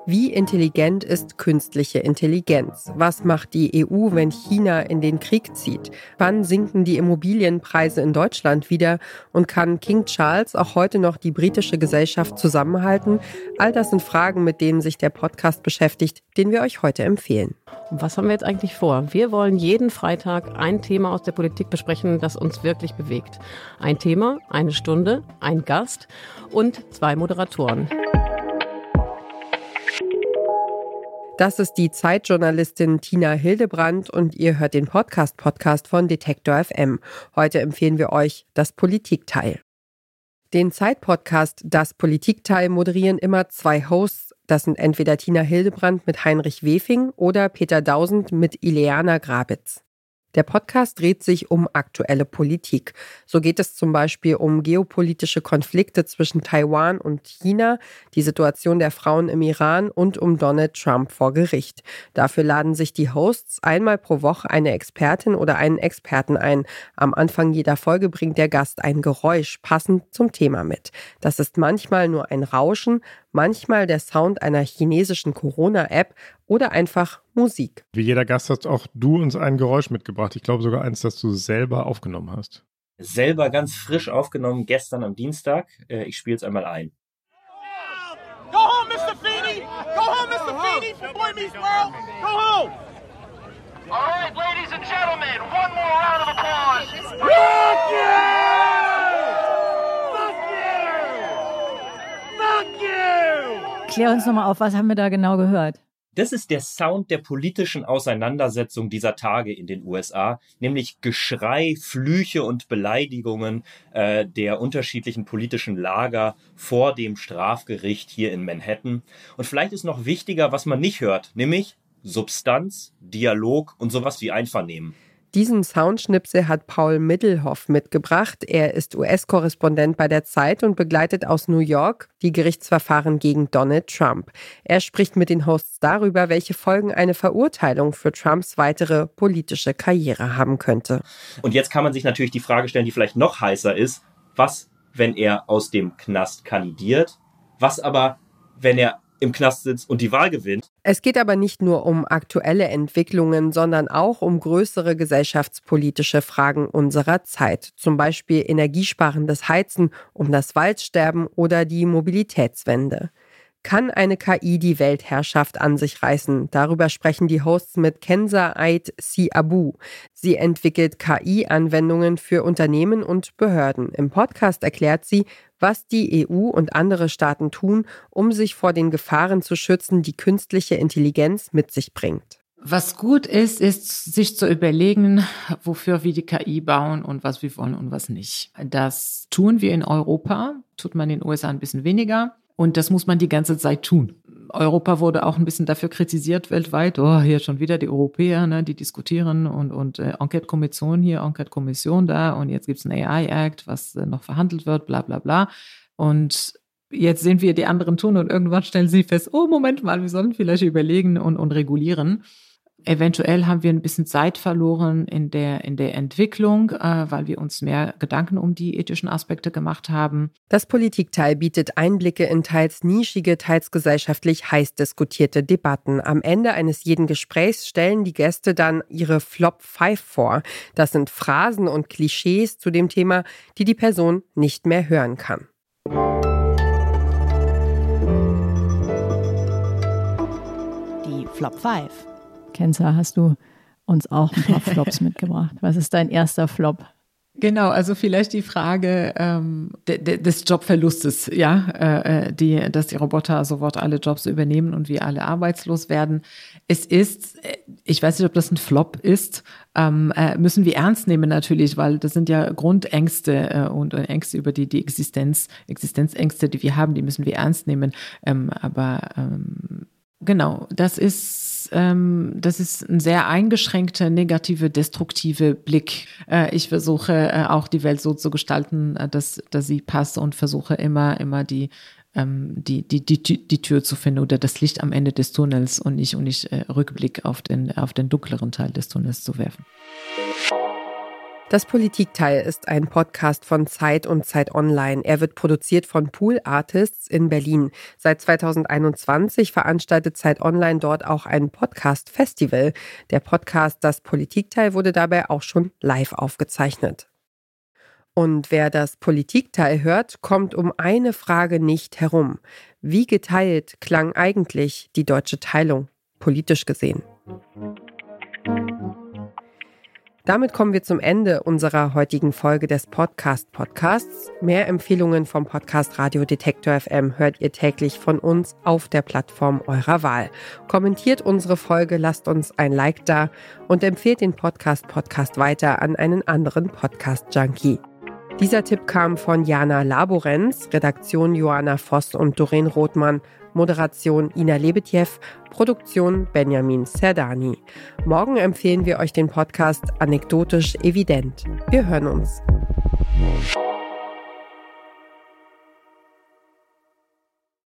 Wie intelligent ist künstliche Intelligenz? Was macht die EU, wenn China in den Krieg zieht? Wann sinken die Immobilienpreise in Deutschland wieder? Und kann King Charles auch heute noch die britische Gesellschaft zusammenhalten? All das sind Fragen, mit denen sich der Podcast beschäftigt, den wir euch heute empfehlen. Was haben wir jetzt eigentlich vor? Wir wollen jeden Freitag ein Thema aus der Politik besprechen, das uns wirklich bewegt. Ein Thema, eine Stunde, ein Gast und 2 Moderatoren. Das ist die Zeitjournalistin Tina Hildebrandt und ihr hört den Podcast von Detektor FM. Heute empfehlen wir euch das Politikteil. Den Zeit-Podcast Das Politikteil moderieren immer 2 Hosts. Das sind entweder Tina Hildebrandt mit Heinrich Wefing oder Peter Dausend mit Ileana Grabitz. Der Podcast dreht sich um aktuelle Politik. So geht es zum Beispiel um geopolitische Konflikte zwischen Taiwan und China, die Situation der Frauen im Iran und um Donald Trump vor Gericht. Dafür laden sich die Hosts einmal pro Woche eine Expertin oder einen Experten ein. Am Anfang jeder Folge bringt der Gast ein Geräusch passend zum Thema mit. Das ist manchmal nur ein Rauschen, manchmal der Sound einer chinesischen Corona-App oder einfach Musik. Wie jeder Gast hast auch du uns ein Geräusch mitgebracht. Ich glaube sogar eins, das du selber aufgenommen hast. Selber ganz frisch aufgenommen, gestern am Dienstag. Ich spiele es einmal ein. Go home, Mr. Feeney! Go home, Mr. Feeney from Boy Meets World! Go home! All right, ladies and gentlemen, one more round of applause. Fuck you! Fuck you! Fuck you! Klär uns nochmal auf, was haben wir da genau gehört? Das ist der Sound der politischen Auseinandersetzung dieser Tage in den USA, nämlich Geschrei, Flüche und Beleidigungen der unterschiedlichen politischen Lager vor dem Strafgericht hier in Manhattan. Und vielleicht ist noch wichtiger, was man nicht hört, nämlich Substanz, Dialog und sowas wie Einvernehmen. Diesen Soundschnipsel hat Paul Middelhoff mitgebracht. Er ist US-Korrespondent bei der Zeit und begleitet aus New York die Gerichtsverfahren gegen Donald Trump. Er spricht mit den Hosts darüber, welche Folgen eine Verurteilung für Trumps weitere politische Karriere haben könnte. Und jetzt kann man sich natürlich die Frage stellen, die vielleicht noch heißer ist, was, wenn er aus dem Knast kandidiert? Was aber, wenn er im Knast sitzt und die Wahl gewinnt? Es geht aber nicht nur um aktuelle Entwicklungen, sondern auch um größere gesellschaftspolitische Fragen unserer Zeit. Zum Beispiel energiesparendes Heizen, um das Waldsterben oder die Mobilitätswende. Kann eine KI die Weltherrschaft an sich reißen? Darüber sprechen die Hosts mit Kenza Eid Siabu. Sie entwickelt KI-Anwendungen für Unternehmen und Behörden. Im Podcast erklärt sie, was die EU und andere Staaten tun, um sich vor den Gefahren zu schützen, die künstliche Intelligenz mit sich bringt. Was gut ist, sich zu überlegen, wofür wir die KI bauen und was wir wollen und was nicht. Das tun wir in Europa, tut man in den USA ein bisschen weniger. Und das muss man die ganze Zeit tun. Europa wurde auch ein bisschen dafür kritisiert weltweit. Oh, hier schon wieder die Europäer, ne, die diskutieren und Enquete-Kommission hier, Enquete-Kommission da. Und jetzt gibt's einen AI-Act, was noch verhandelt wird, bla bla bla. Und jetzt sehen wir, die anderen tun und irgendwann stellen sie fest, oh, Moment mal, wir sollen vielleicht überlegen und regulieren. Eventuell haben wir ein bisschen Zeit verloren in der Entwicklung, weil wir uns mehr Gedanken um die ethischen Aspekte gemacht haben. Das Politikteil bietet Einblicke in teils nischige, teils gesellschaftlich heiß diskutierte Debatten. Am Ende eines jeden Gesprächs stellen die Gäste dann ihre Flop 5 vor. Das sind Phrasen und Klischees zu dem Thema, die die Person nicht mehr hören kann. Die Flop 5. Kenza, hast du uns auch ein paar Flops mitgebracht? Was ist dein erster Flop? Genau, also vielleicht die Frage des Jobverlustes, ja, dass die Roboter sofort alle Jobs übernehmen und wir alle arbeitslos werden. Es ist, ich weiß nicht, ob das ein Flop ist, müssen wir ernst nehmen natürlich, weil das sind ja Grundängste und Ängste über die Existenzängste, die wir haben, die müssen wir ernst nehmen. Genau, das ist ein sehr eingeschränkter, negative, destruktive Blick. Ich versuche auch die Welt so zu gestalten, dass sie passt und versuche immer die Tür zu finden oder das Licht am Ende des Tunnels und nicht Rückblick auf den dunkleren Teil des Tunnels zu werfen. Das Politikteil ist ein Podcast von Zeit und Zeit Online. Er wird produziert von Pool Artists in Berlin. Seit 2021 veranstaltet Zeit Online dort auch ein Podcast-Festival. Der Podcast Das Politikteil wurde dabei auch schon live aufgezeichnet. Und wer das Politikteil hört, kommt um eine Frage nicht herum. Wie geteilt klang eigentlich die deutsche Teilung, politisch gesehen? Damit kommen wir zum Ende unserer heutigen Folge des Podcasts. Mehr Empfehlungen vom Podcast Radio Detektor FM hört ihr täglich von uns auf der Plattform eurer Wahl. Kommentiert unsere Folge, lasst uns ein Like da und empfehlt den Podcast weiter an einen anderen Podcast-Junkie. Dieser Tipp kam von Jana Laborenz, Redaktion Joanna Voss und Doreen Rothmann, Moderation Ina Lebetjew, Produktion Benjamin Serdani. Morgen empfehlen wir euch den Podcast Anekdotisch Evident. Wir hören uns.